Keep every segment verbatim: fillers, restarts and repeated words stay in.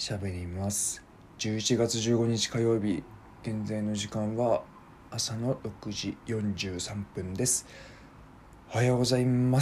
喋ります。じゅういちがつじゅうごにち火曜日、現在の時間は朝のろくじよんじゅうさんぷんです。おはようございます。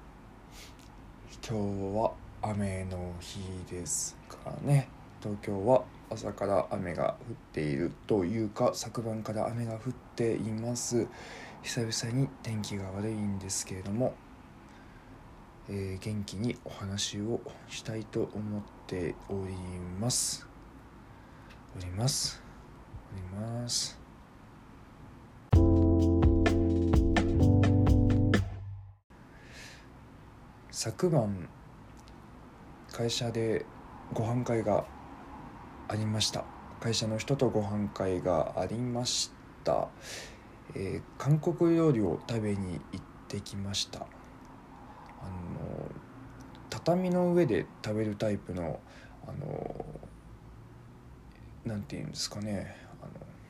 今日は雨の日ですからね。東京は朝から雨が降っているというか、昨晩から雨が降っています。久々に天気が悪いんですけれども、えー、元気にお話をしたいと思っておりますおりますおります昨晩会社でご飯会がありました会社の人とご飯会がありました、えー、韓国料理を食べに行ってきました。あの畳の上で食べるタイプのあのなんていうんですかねあ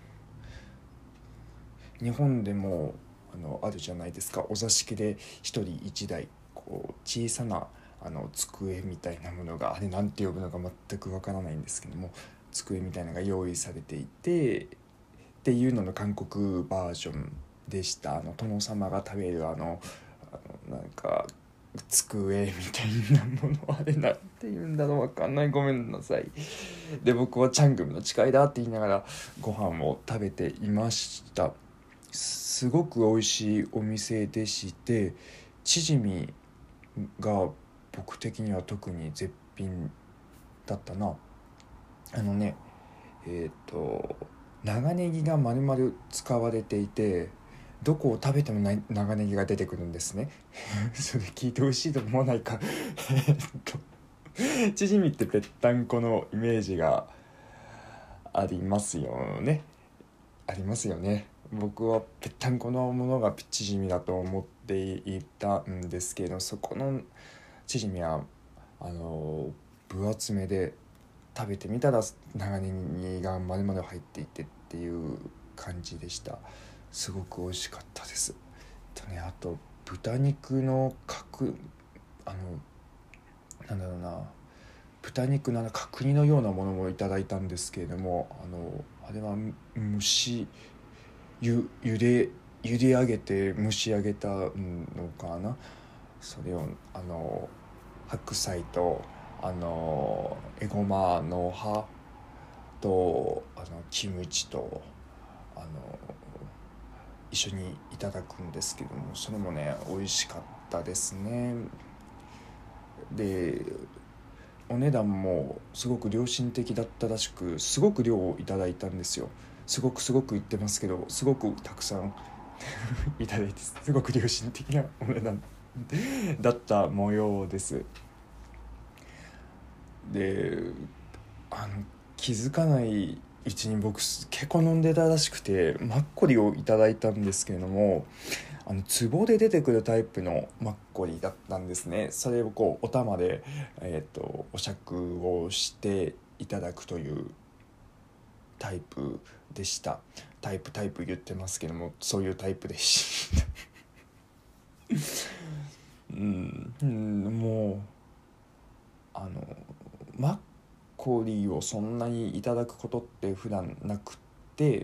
の日本でもあのあるじゃないですか。お座敷で一人一台こう小さなあの机みたいなものが、あれなんて呼ぶのか全くわからないんですけども、机みたいなのが用意されていてっていうのの韓国バージョンでした。あの殿様が食べるあのあのなんか机みたいなもの、あれなんて言うんだろう、わかんない、ごめんなさい。で僕はチャングムの誓いだって言いながらご飯を食べていました。すごく美味しいお店でして、チヂミが僕的には特に絶品だったな。あのねえっ、ー、と長ネギが丸々使われていて、どこを食べてもない長ネギが出てくるんですねそれ聞いて美味しいと思わないかえっとチヂミってぺったんこのイメージがありますよねありますよね。僕はぺったんこのものがチヂミだと思っていたんですけど、そこのチヂミはあの分厚めで、食べてみたら長ネギが丸々入っていてっていう感じでした。すごく美味しかったです。とね、あと豚肉の角あのなんだろうな豚肉の角煮のようなものもいただいたんですけれども、あのあれは蒸しゆゆで茹で上げて蒸し上げたのかな。それをあの白菜とあのエゴマの葉とあのキムチとあの一緒にいただくんですけども、それもね美味しかったですね。でお値段もすごく良心的だったらしく、すごく量をいただいたんですよ。すごくすごく言ってますけど、すごくたくさんいただいて、すごく良心的なお値段だった模様です。であの気づかないうちに僕結構飲んでたらしくて、マッコリをいただいたんですけれども、あの壺で出てくるタイプのマッコリだったんですね。それをこうお玉で、えー、とお酌をしていただくというタイプでした。タイプタイプ言ってますけども、そういうタイプでしたうん、うん、もうあのマッコリをそんなにいただくことって普段なくって、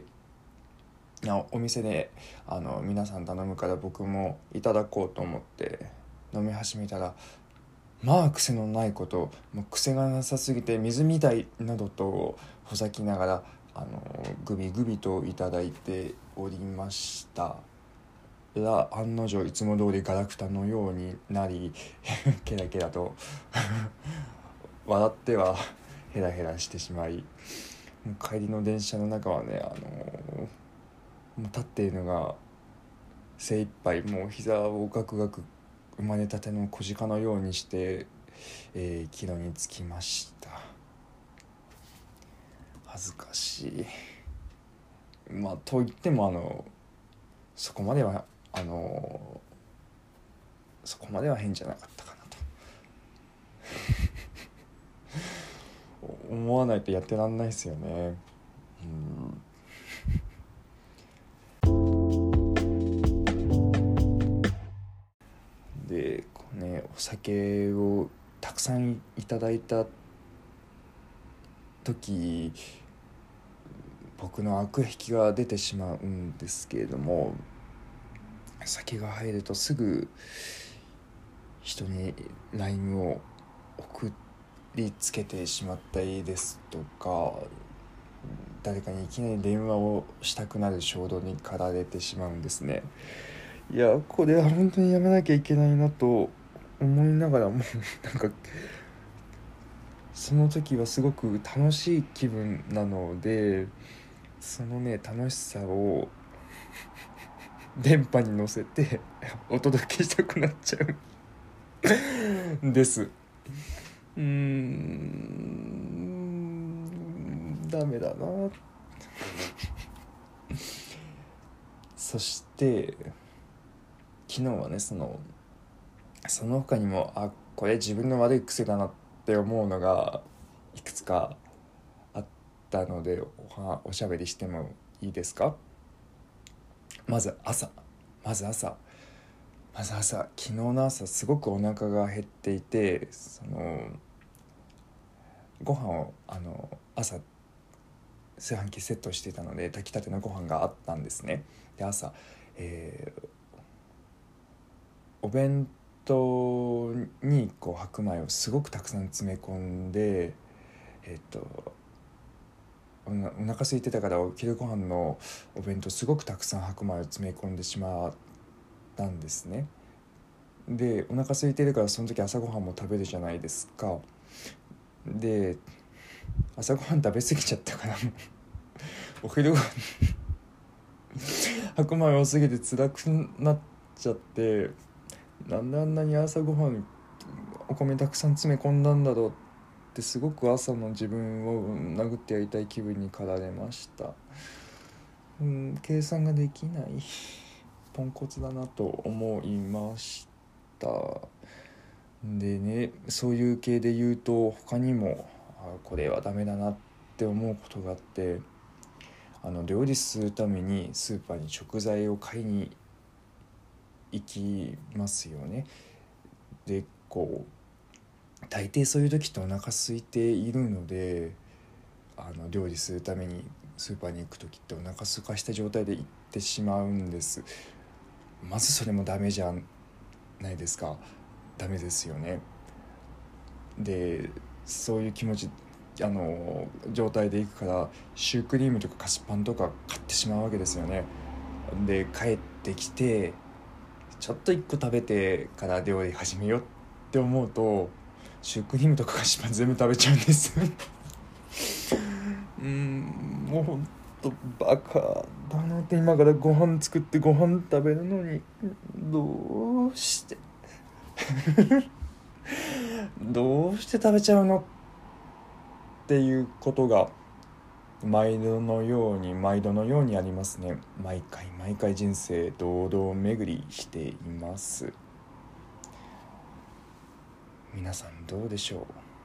お店であの皆さん頼むから僕もいただこうと思って飲み始めたら、まあ癖のないこと、もう癖がなさすぎて水みたいなどとほざきながらあのグビグビといただいておりましたら、案の定いつも通りガラクタのようになりケラケラと笑ってはヘラヘラしてしまい、帰りの電車の中はね、あのもう立っているのが精一杯、もう膝をガクガク生まれたての小鹿のようにして、えー、帰路に着きました。恥ずかしい。まあといってもあのそこまではあのそこまでは変じゃなかったかなと思わないとやってらんないですよね。うんでこうね、お酒をたくさんいただいた時僕の悪癖が出てしまうんですけれども、酒が入るとすぐ人に ライン を送りつけてしまったりですとか、誰かにいきなり電話をしたくなる衝動に駆られてしまうんですね。いやこれは本当にやめなきゃいけないなと思いながらもなんかその時はすごく楽しい気分なので、そのね楽しさを電波に乗せてお届けしたくなっちゃうんです。うーんダメだな。そして昨日はねそのその他にもあこれ自分の悪い癖だなって思うのがいくつかあったので お, はおしゃべりしてもいいですか。まず朝まず朝まず朝昨日の朝すごくお腹が減っていて、そのご飯をあの朝炊飯器セットしていたので炊きたてのご飯があったんですね。で朝、えー、お弁当にこう白米をすごくたくさん詰め込んで、えっとおなお腹空いてたからお昼ご飯のお弁当すごくたくさん白米を詰め込んでしまったんですね。でお腹空いてるからその時朝ごはんも食べるじゃないですか。で朝ごはん食べ過ぎちゃったからお昼ご飯白米多すぎて辛くなっちゃって、なんであんなに朝ごはんお米たくさん詰め込んだんだろうってすごく朝の自分を殴ってやりたい気分に駆られました。うん計算ができないポンコツだなと思いました。でねそういう系で言うと他にもあこれはダメだなって思うことがあって、あの料理するためにスーパーに食材を買いに行きますよね。でこう大抵そういう時ってお腹空いているので、あの料理するためにスーパーに行く時ってお腹空かした状態で行ってしまうんです。まずそれもダメじゃないですか。ダメですよね。でそういう気持ちあの状態で行くからシュークリームとか菓子パンとか買ってしまうわけですよね。で帰ってきてちょっといっこ食べてから料理始めようって思うとシュークリームとか菓子パン全部食べちゃうんですうーんもうほんとバカだなって。今からご飯作ってご飯食べるのにどうしてどうして食べちゃうのっていうことが毎度のように毎度のようにありますね。毎回毎回人生堂々巡りしています。皆さんどうでしょう。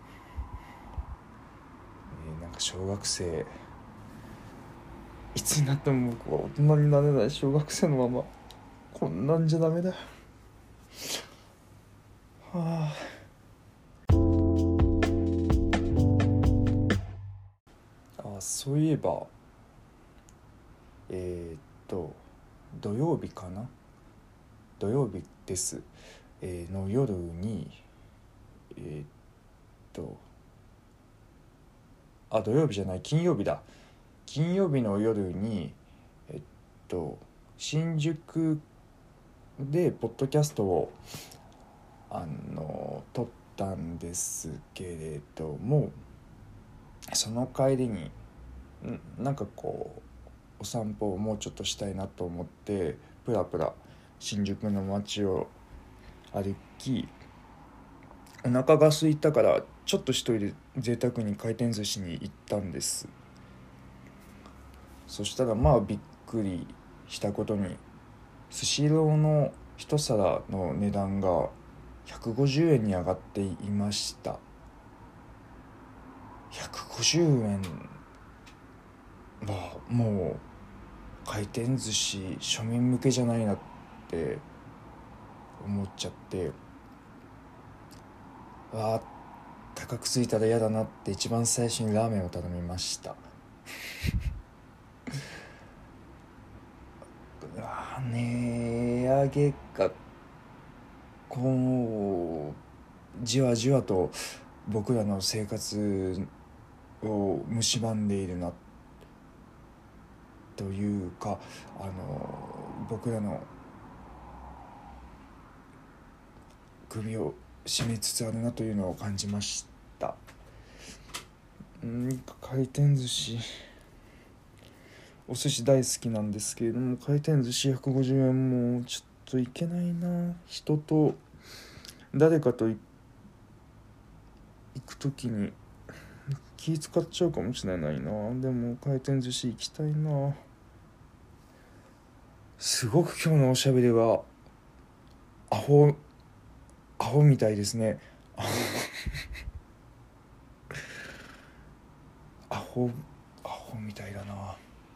えー、なんか小学生いつになっても僕は大人になれない小学生のままこんなんじゃダメだ。はああそういえばえー、っと土曜日かな土曜日です、えー、の夜にえー、っとあ土曜日じゃない金曜日だ金曜日の夜にえっと新宿でポッドキャストをあの撮ったんですけれども、その帰りにんなんかこうお散歩をもうちょっとしたいなと思ってプラプラ新宿の街を歩き、お腹が空いたからちょっと一人で贅沢に回転寿司に行ったんです。そしたらまあびっくりしたことにスシローの一皿の値段がひゃくごじゅうえんに上がっていました。ひゃくごじゅうえんはもう回転寿司庶民向けじゃないなって思っちゃって、あ高くついたら嫌だなって一番最初にラーメンを頼みました。うわ値上げがこうじわじわと僕らの生活を蝕んでいるなというか、あの僕らの首を絞めつつあるなというのを感じました。うん、回転寿司、お寿司大好きなんですけれども、回転寿司ひゃくごじゅうえんもちょっといけないな。人と誰かと行くときに気使っちゃうかもしれないな。でも回転寿司行きたいな。すごく今日のおしゃべりはアホアホみたいですね。アホアホみたいだな。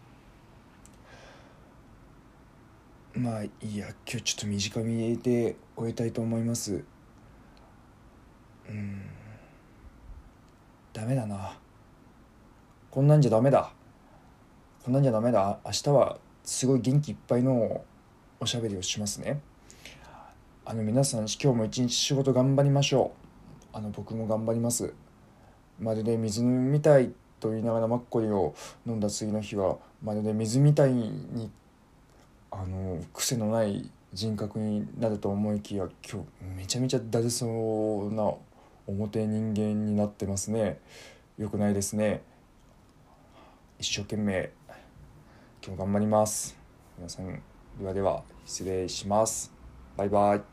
まあいいや、今日ちょっと短めで終えたいと思います。うん、ダメだな。こんなんじゃダメだ。こんなんじゃダメだ。明日はすごい元気いっぱいのおしゃべりをしますね。あの皆さん、今日も一日仕事頑張りましょう。あの僕も頑張ります。まるで水飲みたいと言いながらマッコリを飲んだ次の日はまるで水みたいにあの癖のない人格になると思いきや、今日めちゃめちゃだるそうな表人間になってますね。よくないですね。一生懸命今日頑張ります。皆さん、ではでは失礼します。バイバイ。